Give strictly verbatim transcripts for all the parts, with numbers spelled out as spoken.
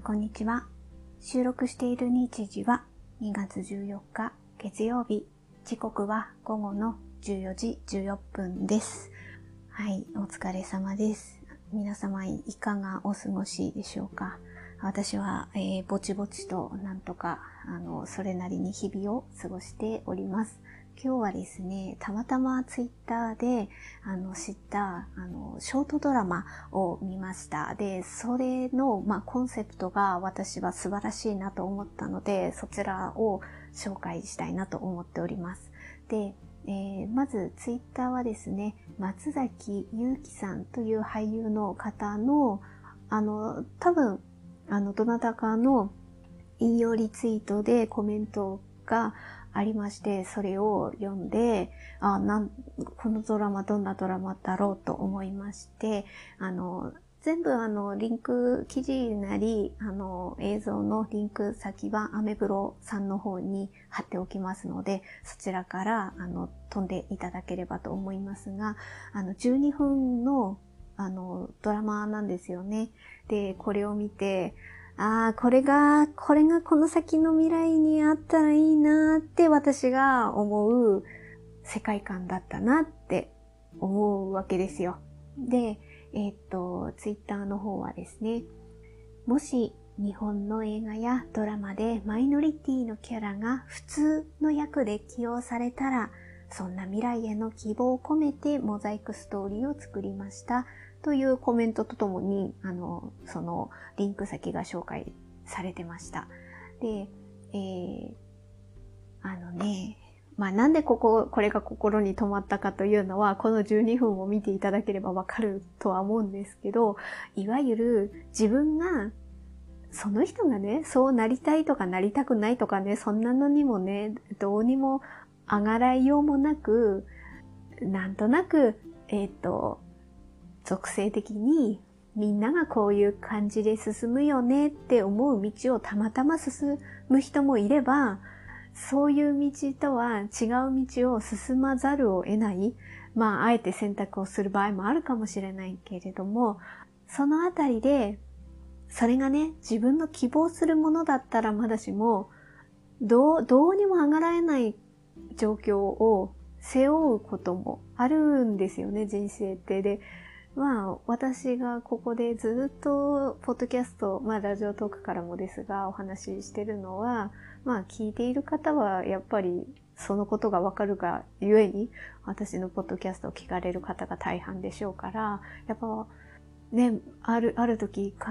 こんにちは。収録している日時はにがつじゅうよっか月曜日。時刻は午後のじゅうよじじゅうよっぷんです。はい、お疲れ様です。皆様いかがお過ごしでしょうか。私は、えー、ぼちぼちとなんとかあのそれなりに日々を過ごしております。今日はですね、たまたまツイッターであの知ったあのショートドラマを見ました。で、それの、まあ、コンセプトが私は素晴らしいなと思ったので、そちらを紹介したいなと思っております。で、えー、まずツイッターはですね、松崎祐樹さんという俳優の方のあの多分あのどなたかの引用リツイートでコメントがありまして、それを読んで、あ、なん、このドラマどんなドラマだろうと思いまして、あの、全部あの、リンク、記事なり、あの、映像のリンク先はアメブロさんの方に貼っておきますので、そちらから、あの、飛んでいただければと思いますが、あの、じゅうにふんの、あの、ドラマなんですよね。で、これを見て、ああ、これが、これがこの先の未来にあったらいいなって私が思う世界観だったなって思うわけですよ。で、えー、っと、ツイッターの方はですね、もし日本の映画やドラマでマイノリティのキャラが普通の役で起用されたら、そんな未来への希望を込めてモザイクストーリーを作りました。というコメントとともに、あの、そのリンク先が紹介されてました。で、えー、あのね、まあなんでここ、これが心に留まったかというのは、このじゅうにふんを見ていただければわかるとは思うんですけど、いわゆる自分が、その人がね、そうなりたいとかなりたくないとかね、そんなのにもね、どうにもあがらいようもなく、なんとなく、えっと、属性的にみんながこういう感じで進むよねって思う道をたまたま進む人もいれば、そういう道とは違う道を進まざるを得ない、まああえて選択をする場合もあるかもしれないけれども、そのあたりでそれがね、自分の希望するものだったらまだしも、どう、どうにもあがらえない状況を背負うこともあるんですよね、人生って。で、まあ、私がここでずっと、ポッドキャスト、まあ、ラジオトークからもですが、お話ししてるのは、まあ、聞いている方は、やっぱり、そのことがわかるがゆえに、私のポッドキャストを聞かれる方が大半でしょうから、やっぱ、ね、ある、ある時から、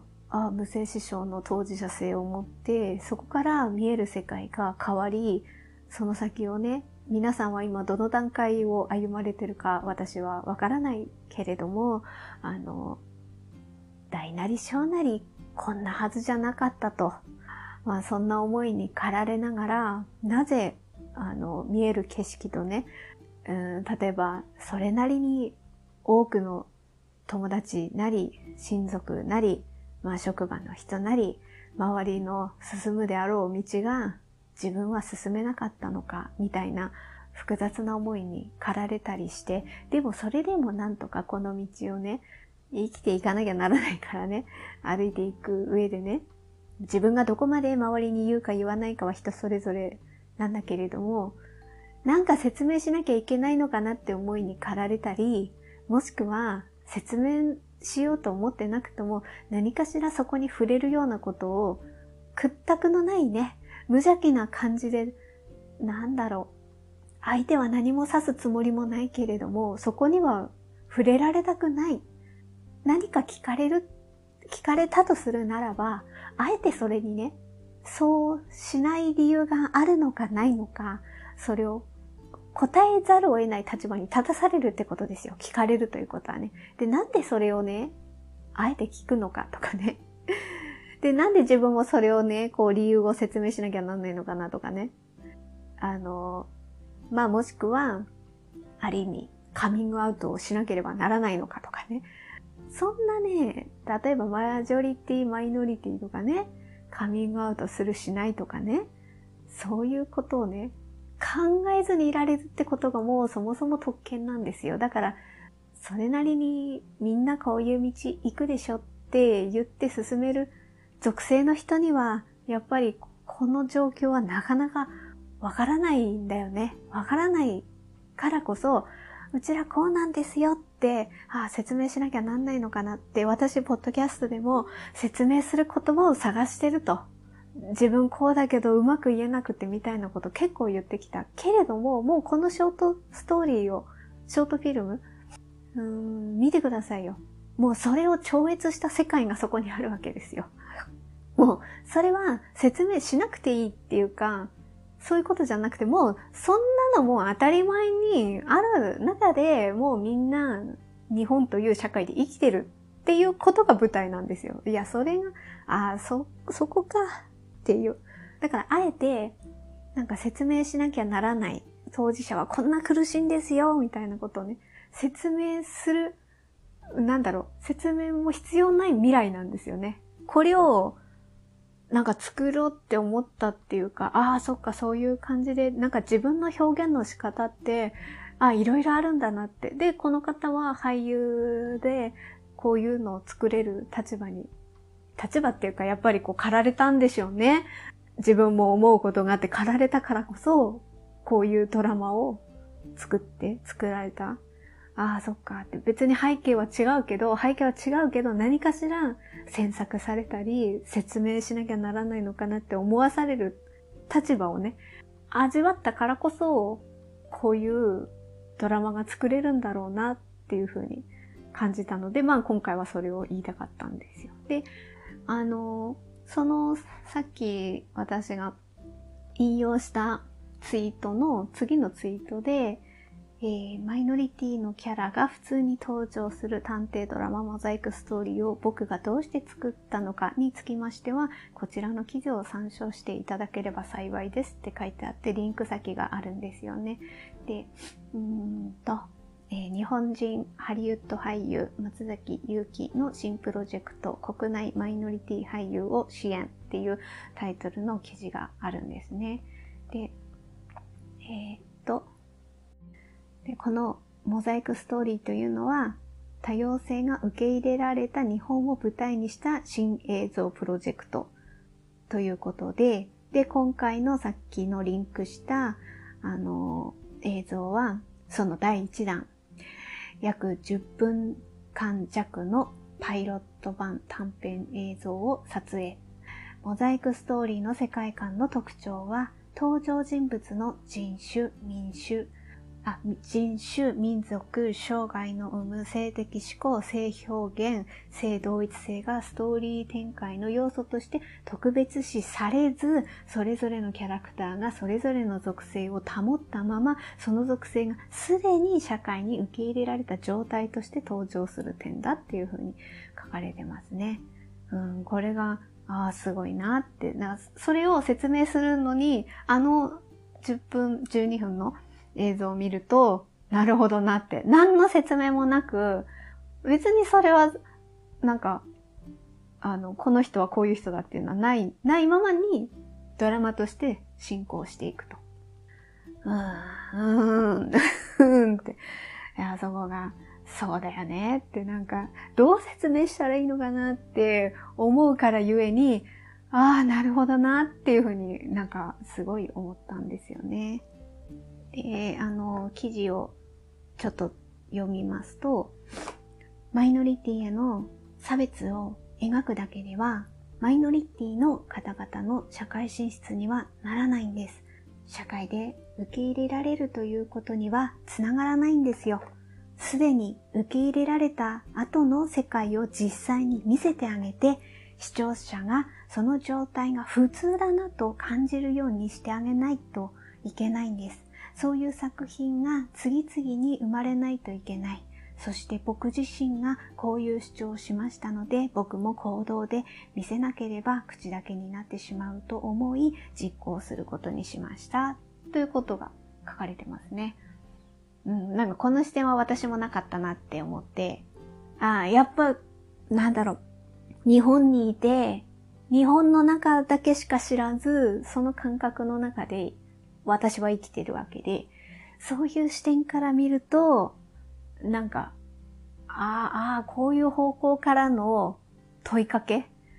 あ、無精子症の当事者性を持って、そこから見える世界が変わり、その先をね、皆さんは今どの段階を歩まれてるか私はわからないけれども、あの、大なり小なりこんなはずじゃなかったと、まあそんな思いに駆られながら、なぜあの見える景色とね、うん、例えばそれなりに多くの友達なり親族なり、まあ職場の人なり、周りの進むであろう道が自分は進めなかったのかみたいな複雑な思いに駆られたりして、でもそれでもなんとかこの道をね、生きていかなきゃならないからね、歩いていく上でね、自分がどこまで周りに言うか言わないかは人それぞれなんだけれども、なんか説明しなきゃいけないのかなって思いに駆られたり、もしくは説明しようと思ってなくとも何かしらそこに触れるようなことを屈託のないね、無邪気な感じで、なんだろう、相手は何も指すつもりもないけれども、そこには触れられたくない。何か聞かれる、聞かれたとするならば、あえてそれにね、そうしない理由があるのかないのか、それを答えざるを得ない立場に立たされるってことですよ。聞かれるということはね。で、なんでそれをね、あえて聞くのかとかね。で、なんで自分もそれをね、こう理由を説明しなきゃなんないのかなとかね。あの、まあもしくは、ある意味、カミングアウトをしなければならないのかとかね。そんなね、例えばマジョリティ、マイノリティとかね、カミングアウトするしないとかね、そういうことをね、考えずにいられるってことがもうそもそも特権なんですよ。だから、それなりにみんなこういう道行くでしょって言って進める属性の人には、やっぱりこの状況はなかなかわからないんだよね。わからないからこそ、うちらこうなんですよって、ああ、説明しなきゃなんないのかなって、私、ポッドキャストでも説明する言葉を探してると。自分こうだけどうまく言えなくてみたいなこと結構言ってきた。けれども、もうこのショートストーリーを、ショートフィルム、うーん、見てくださいよ。もうそれを超越した世界がそこにあるわけですよ。もう、それは説明しなくていいっていうか、そういうことじゃなくて、もう、そんなのもう当たり前にある中で、もうみんな、日本という社会で生きてるっていうことが舞台なんですよ。いや、それが、ああ、そ、そこかっていう。だから、あえて、なんか説明しなきゃならない。当事者はこんな苦しいんですよ、みたいなことをね、説明する、なんだろう、説明も必要ない未来なんですよね。これを、なんか作ろうって思ったっていうか、ああ、そっか、そういう感じで、なんか自分の表現の仕方って、ああ、いろいろあるんだなって。で、この方は俳優で、こういうのを作れる立場に、立場っていうか、やっぱりこう、駆られたんでしょうね。自分も思うことがあって、駆られたからこそ、こういうドラマを作って、作られた。ああ、そっかって。別に背景は違うけど、背景は違うけど、何かしら詮索されたり、説明しなきゃならないのかなって思わされる立場をね、味わったからこそ、こういうドラマが作れるんだろうなっていうふうに感じたので、まあ今回はそれを言いたかったんですよ。で、あの、そのさっき私が引用したツイートの次のツイートで、えー、マイノリティのキャラが普通に登場する探偵ドラマモザイクストーリーを僕がどうして作ったのかにつきましては、こちらの記事を参照していただければ幸いですって書いてあって、リンク先があるんですよね。で、うーんと、えー、日本人ハリウッド俳優松崎祐希の新プロジェクト国内マイノリティ俳優を支援っていうタイトルの記事があるんですね。で、えー、っと、でこのモザイクストーリーというのは多様性が受け入れられた日本を舞台にした新映像プロジェクトということで、で、今回のさっきのリンクしたあの映像はそのだいいちだん、約じゅっぷんかん弱のパイロット版短編映像を撮影。モザイクストーリーの世界観の特徴は登場人物の人種、民種、あ人種、民族、障害の有無、性的指向、性表現、性同一性がストーリー展開の要素として特別視されず、それぞれのキャラクターがそれぞれの属性を保ったまま、その属性がすでに社会に受け入れられた状態として登場する点だっていうふうに書かれてますね。うん、これが、ああ、すごいなって。なそれを説明するのに、あのじゅっぷん、じゅうにふんの映像を見ると、なるほどなって。何の説明もなく、別にそれは、なんか、あの、この人はこういう人だっていうのはない、ないままにドラマとして進行していくと。うーん、うーん、うーんって。いや、そこが、そうだよねってなんか、どう説明したらいいのかなって思うからゆえに、ああ、なるほどなっていうふうになんかすごい思ったんですよね。で、あの、記事をちょっと読みますと、マイノリティへの差別を描くだけでは、マイノリティの方々の社会進出にはならないんです。社会で受け入れられるということにはつながらないんですよ。すでに受け入れられた後の世界を実際に見せてあげて、視聴者がその状態が普通だなと感じるようにしてあげないといけないんです。そういう作品が次々に生まれないといけない。そして僕自身がこういう主張をしましたので、僕も行動で見せなければ口だけになってしまうと思い、実行することにしました。ということが書かれてますね。うん、なんかこの視点は私もなかったなって思って、ああ、やっぱ、なんだろう、日本にいて、日本の中だけしか知らず、その感覚の中で私は生きてるわけで、そういう視点から見ると、なんか、ああ、ああ、こういう方向からの問いかけ、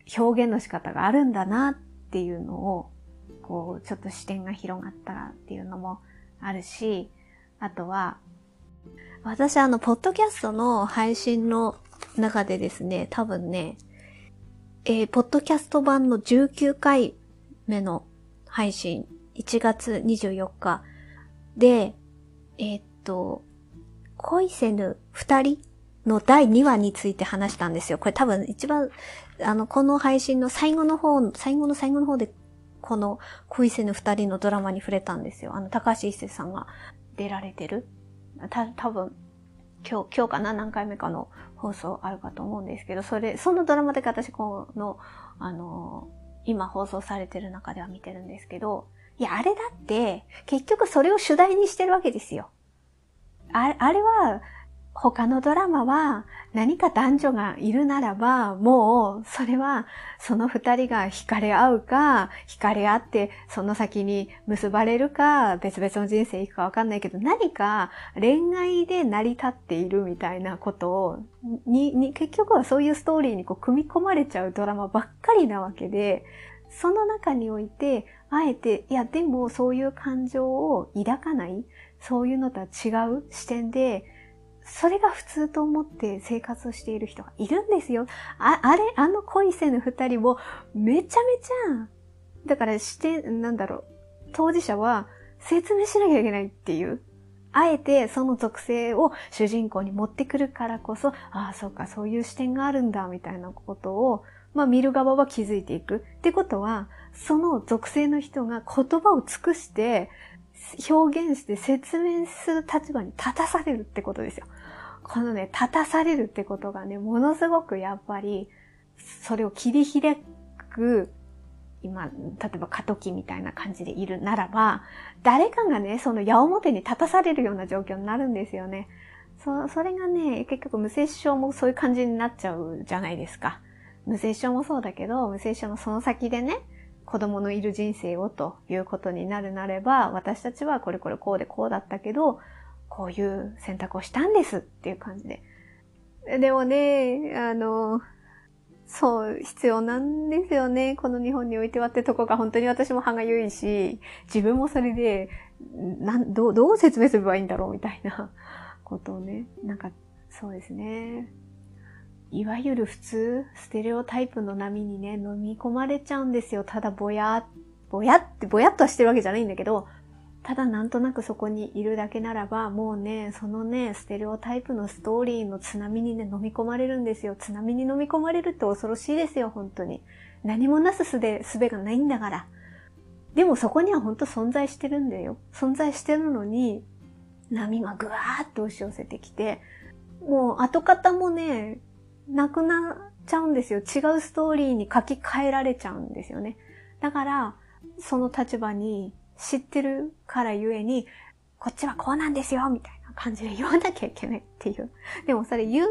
表現の仕方があるんだなっていうのを、こう、ちょっと視点が広がったっていうのもあるし、あとは、私あの、ポッドキャストの配信の中でですね、多分ね、えー、ポッドキャスト版のじゅうきゅうかいめの配信、いちがつにじゅうよっかで、えー、っと、恋せぬ二人のだいにわについて話したんですよ。これ多分一番、あの、この配信の最後の方、最後の最後の方で、この恋せぬ二人のドラマに触れたんですよ。あの、高橋一生さんが出られてる。た、多分今日、今日かな何回目かの放送あるかと思うんですけど、それ、そのドラマで私この、あの、今放送されてる中では見てるんですけど、いや、あれだって、結局それを主題にしてるわけですよ。あれ、あれは、他のドラマは何か男女がいるならば、もうそれはその二人が惹かれ合うか、惹かれ合ってその先に結ばれるか、別々の人生行くかわかんないけど、何か恋愛で成り立っているみたいなことを、に、に結局はそういうストーリーにこう組み込まれちゃうドラマばっかりなわけで、その中において、あえて、いやでもそういう感情を抱かない、そういうのとは違う視点で、それが普通と思って生活をしている人がいるんですよ。あ、あれ、あの恋せぬ二人もめちゃめちゃ、だから視点、なんだろう、当事者は説明しなきゃいけないっていう。あえてその属性を主人公に持ってくるからこそ、ああ、そうか、そういう視点があるんだ、みたいなことを、まあ見る側は気づいていく。ってことは、その属性の人が言葉を尽くして、表現して説明する立場に立たされるってことですよ。このね、立たされるってことがね、ものすごくやっぱり、それを切り開く、今、例えば過渡期みたいな感じでいるならば、誰かがね、その矢面に立たされるような状況になるんですよね。そ、それがね、結局無接触もそういう感じになっちゃうじゃないですか。無接触もそうだけど、無接触のその先でね、子供のいる人生をということになるなれば、私たちはこれこれこうでこうだったけど、こういう選択をしたんですっていう感じで。でもね、あの、そう、必要なんですよね。この日本においてはってとこが本当に私も歯がゆいし、自分もそれで、なんどう、どう説明すればいいんだろうみたいなことをね、なんか、そうですね。いわゆる普通、ステレオタイプの波にね、飲み込まれちゃうんですよ。ただぼや、ぼやって、ぼやっとはしてるわけじゃないんだけど、ただなんとなくそこにいるだけならば、もうね、そのね、ステレオタイプのストーリーの津波にね、飲み込まれるんですよ。津波に飲み込まれるって恐ろしいですよ、本当に。何もなすすべ、すべがないんだから。でもそこには本当存在してるんだよ。存在してるのに、波がぐわーっと押し寄せてきて、もう跡形もね、なくなっちゃうんですよ。違うストーリーに書き換えられちゃうんですよね。だから、その立場に知ってるからゆえに、こっちはこうなんですよみたいな感じで言わなきゃいけないっていう。でもそれ言うって、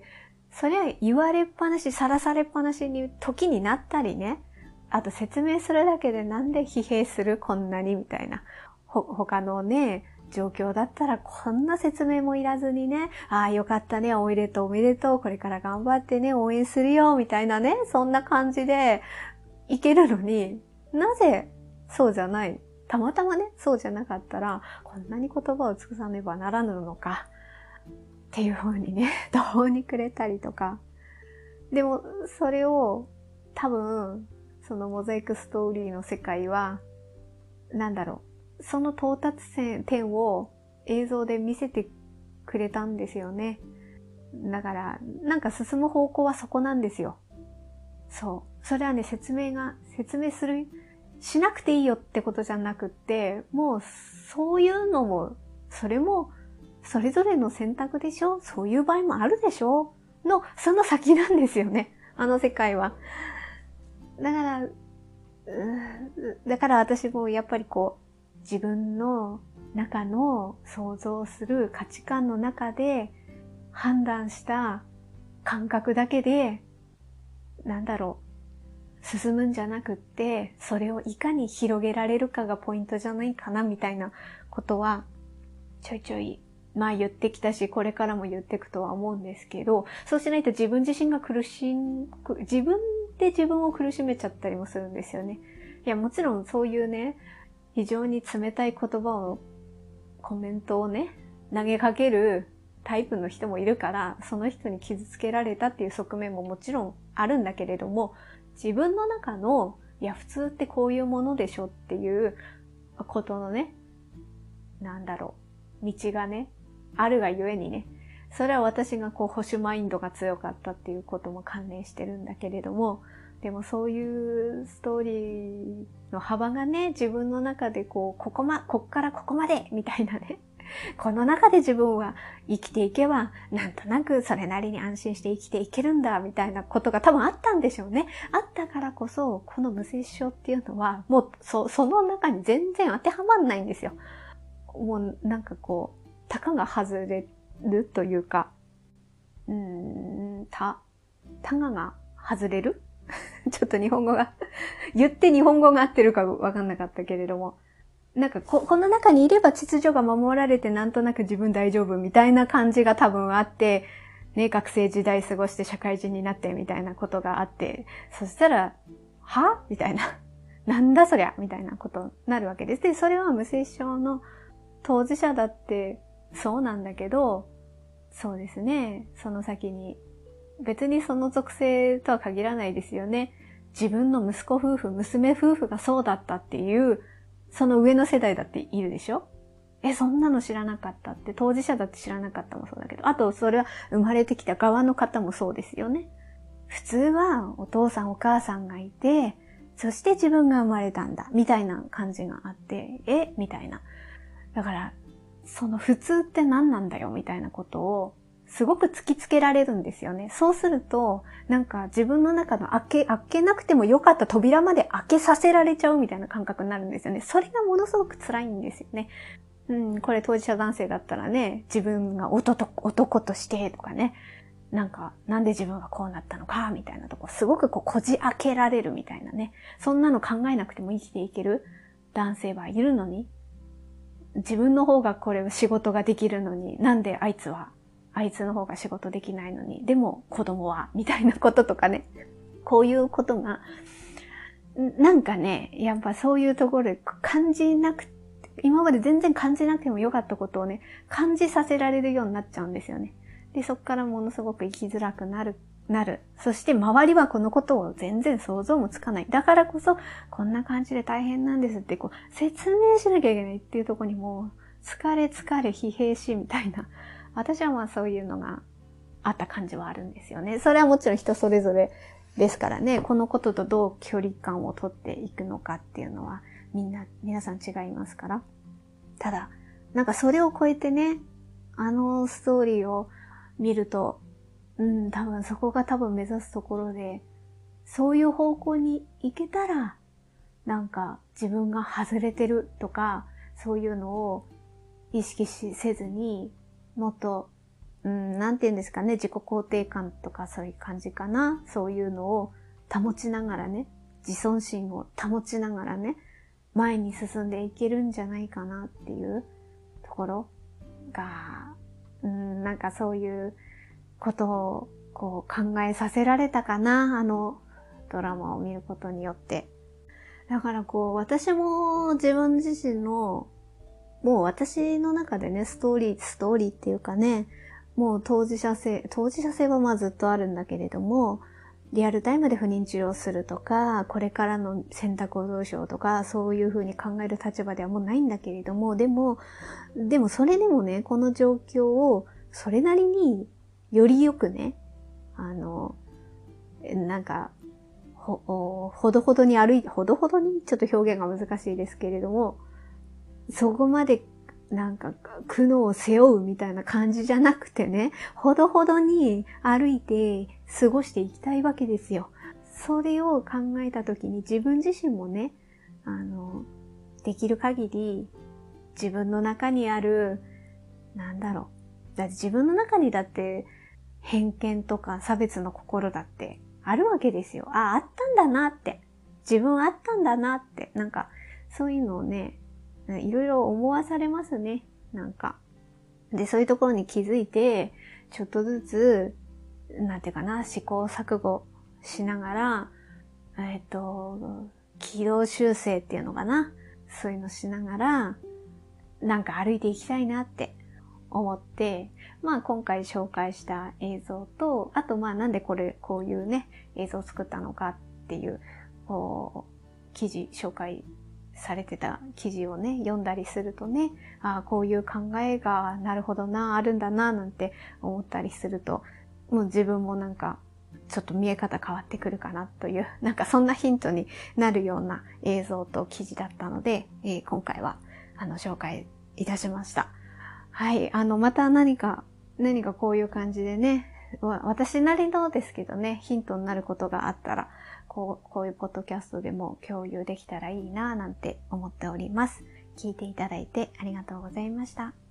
それは言われっぱなし、さらされっぱなしに時になったりね。あと説明するだけでなんで疲弊するこんなにみたいな。ほ、他のね、状況だったらこんな説明もいらずにね、ああよかったね、おめでとうおめでとう、これから頑張ってね、応援するよ、みたいなね、そんな感じでいけるのに、なぜそうじゃない、たまたまね、そうじゃなかったら、こんなに言葉を尽くさねばならぬのか、っていう風にね、どうにくれたりとか。でも、それを、多分、そのモザイクストーリーの世界は、なんだろう、その到達点を映像で見せてくれたんですよね。だから、なんか進む方向はそこなんですよ。そう。それはね、説明が、説明する、しなくていいよってことじゃなくって、もう、そういうのも、それも、それぞれの選択でしょ？そういう場合もあるでしょ？の、その先なんですよね。あの世界は。だから、だから私もやっぱりこう、自分の中の想像する価値観の中で判断した感覚だけで、なんだろう、進むんじゃなくって、それをいかに広げられるかがポイントじゃないかなみたいなことは、ちょいちょい、まあ言ってきたし、これからも言っていくとは思うんですけど、そうしないと自分自身が苦しん、自分って自分を苦しめちゃったりもするんですよね。いや、もちろんそういうね、非常に冷たい言葉を、コメントをね、投げかけるタイプの人もいるから、その人に傷つけられたっていう側面ももちろんあるんだけれども、自分の中の、いや、普通ってこういうものでしょっていうことのね、なんだろう、道がね、あるがゆえにね、それは私がこう保守マインドが強かったっていうことも関連してるんだけれども、でもそういうストーリーの幅がね、自分の中でこう、ここま、こっからここまでみたいなね、この中で自分は生きていけば、なんとなくそれなりに安心して生きていけるんだ、みたいなことが多分あったんでしょうね。あったからこそ、この無摂症っていうのは、もうそ、その中に全然当てはまんないんですよ。もうなんかこう、たかが外れるというか、うーん、た、たがが外れるちょっと日本語が言って日本語が合ってるかわかんなかったけれども、なんかこ、この中にいれば秩序が守られてなんとなく自分大丈夫みたいな感じが多分あって、ね、学生時代過ごして社会人になってみたいなことがあって、そしたら、はみたいな。なんだそりゃみたいなことになるわけです。で、それは無摂症の当事者だってそうなんだけど、そうですね、その先に、別にその属性とは限らないですよね。自分の息子夫婦、娘夫婦がそうだったっていう、その上の世代だっているでしょ？え、そんなの知らなかったって、当事者だって知らなかったもそうだけど、あとそれは生まれてきた側の方もそうですよね。普通はお父さんお母さんがいて、そして自分が生まれたんだ、みたいな感じがあって、えみたいな。だから、その普通って何なんだよ、みたいなことを、すごく突きつけられるんですよね。そうすると、なんか自分の中の開け、開けなくてもよかった扉まで開けさせられちゃうみたいな感覚になるんですよね。それがものすごく辛いんですよね。うん、これ当事者男性だったらね、自分が男、男としてとかね、なんか、なんで自分がこうなったのか、みたいなとこ、すごくこう、こじ開けられるみたいなね。そんなの考えなくても生きていける男性はいるのに、自分の方がこれ仕事ができるのに、なんであいつは、あいつの方が仕事できないのに、でも子供は、みたいなこととかね。こういうことが、なんかね、やっぱそういうところで感じなくて、今まで全然感じなくてもよかったことをね、感じさせられるようになっちゃうんですよね。で、そっからものすごく生きづらくなる、なる。そして周りはこのことを全然想像もつかない。だからこそ、こんな感じで大変なんですってこう、説明しなきゃいけないっていうところにもう、疲れ疲れ疲弊しみたいな。私はまあそういうのがあった感じはあるんですよね。それはもちろん人それぞれですからね、このこととどう距離感をとっていくのかっていうのは、みんな、皆さん違いますから。ただ、なんかそれを超えてね、あのストーリーを見ると、うん、多分そこが多分目指すところで、そういう方向に行けたら、なんか自分が外れてるとか、そういうのを意識しせずに、もっと、うん、なんて言うんですかね、自己肯定感とかそういう感じかな。そういうのを保ちながらね、自尊心を保ちながらね、前に進んでいけるんじゃないかなっていうところが、うん、なんかそういうことをこう考えさせられたかな、あのドラマを見ることによって。だからこう、私も自分自身の、もう私の中でね、ストーリー、ストーリーっていうかね、もう当事者性、当事者性はまあずっとあるんだけれども、リアルタイムで不妊治療するとか、これからの選択をどうしようとか、そういう風に考える立場ではもうないんだけれども、でも、でもそれでもね、この状況をそれなりによりよくね、あの、なんか、ほ、ほどほどに歩いて、ほどほどにちょっと表現が難しいですけれども、そこまでなんか苦悩を背負うみたいな感じじゃなくてね、ほどほどに歩いて過ごしていきたいわけですよ。それを考えたときに自分自身もね、あの、できる限り自分の中にある、なんだろう。だって自分の中にだって偏見とか差別の心だってあるわけですよ。あ、あったんだなって。自分あったんだなって。なんか、そういうのをね、いろいろ思わされますね。なんか。で、そういうところに気づいて、ちょっとずつ、なんていうかな、試行錯誤しながら、 えっと、軌道修正っていうのかな。そういうのしながら、なんか歩いていきたいなって思って、まあ今回紹介した映像と、あとまあなんでこれ、こういうね、映像を作ったのかっていう、こう、記事、紹介されてた記事をね、読んだりするとね、ああ、こういう考えが、なるほどな、あるんだな、なんて思ったりすると、もう自分もなんか、ちょっと見え方変わってくるかなという、なんかそんなヒントになるような映像と記事だったので、えー、今回は、あの、紹介いたしました。はい、あの、また何か、何かこういう感じでね、私なりのですけどね、ヒントになることがあったら、こう、こういうポッドキャストでも共有できたらいいな、なんて思っております。聞いていただいてありがとうございました。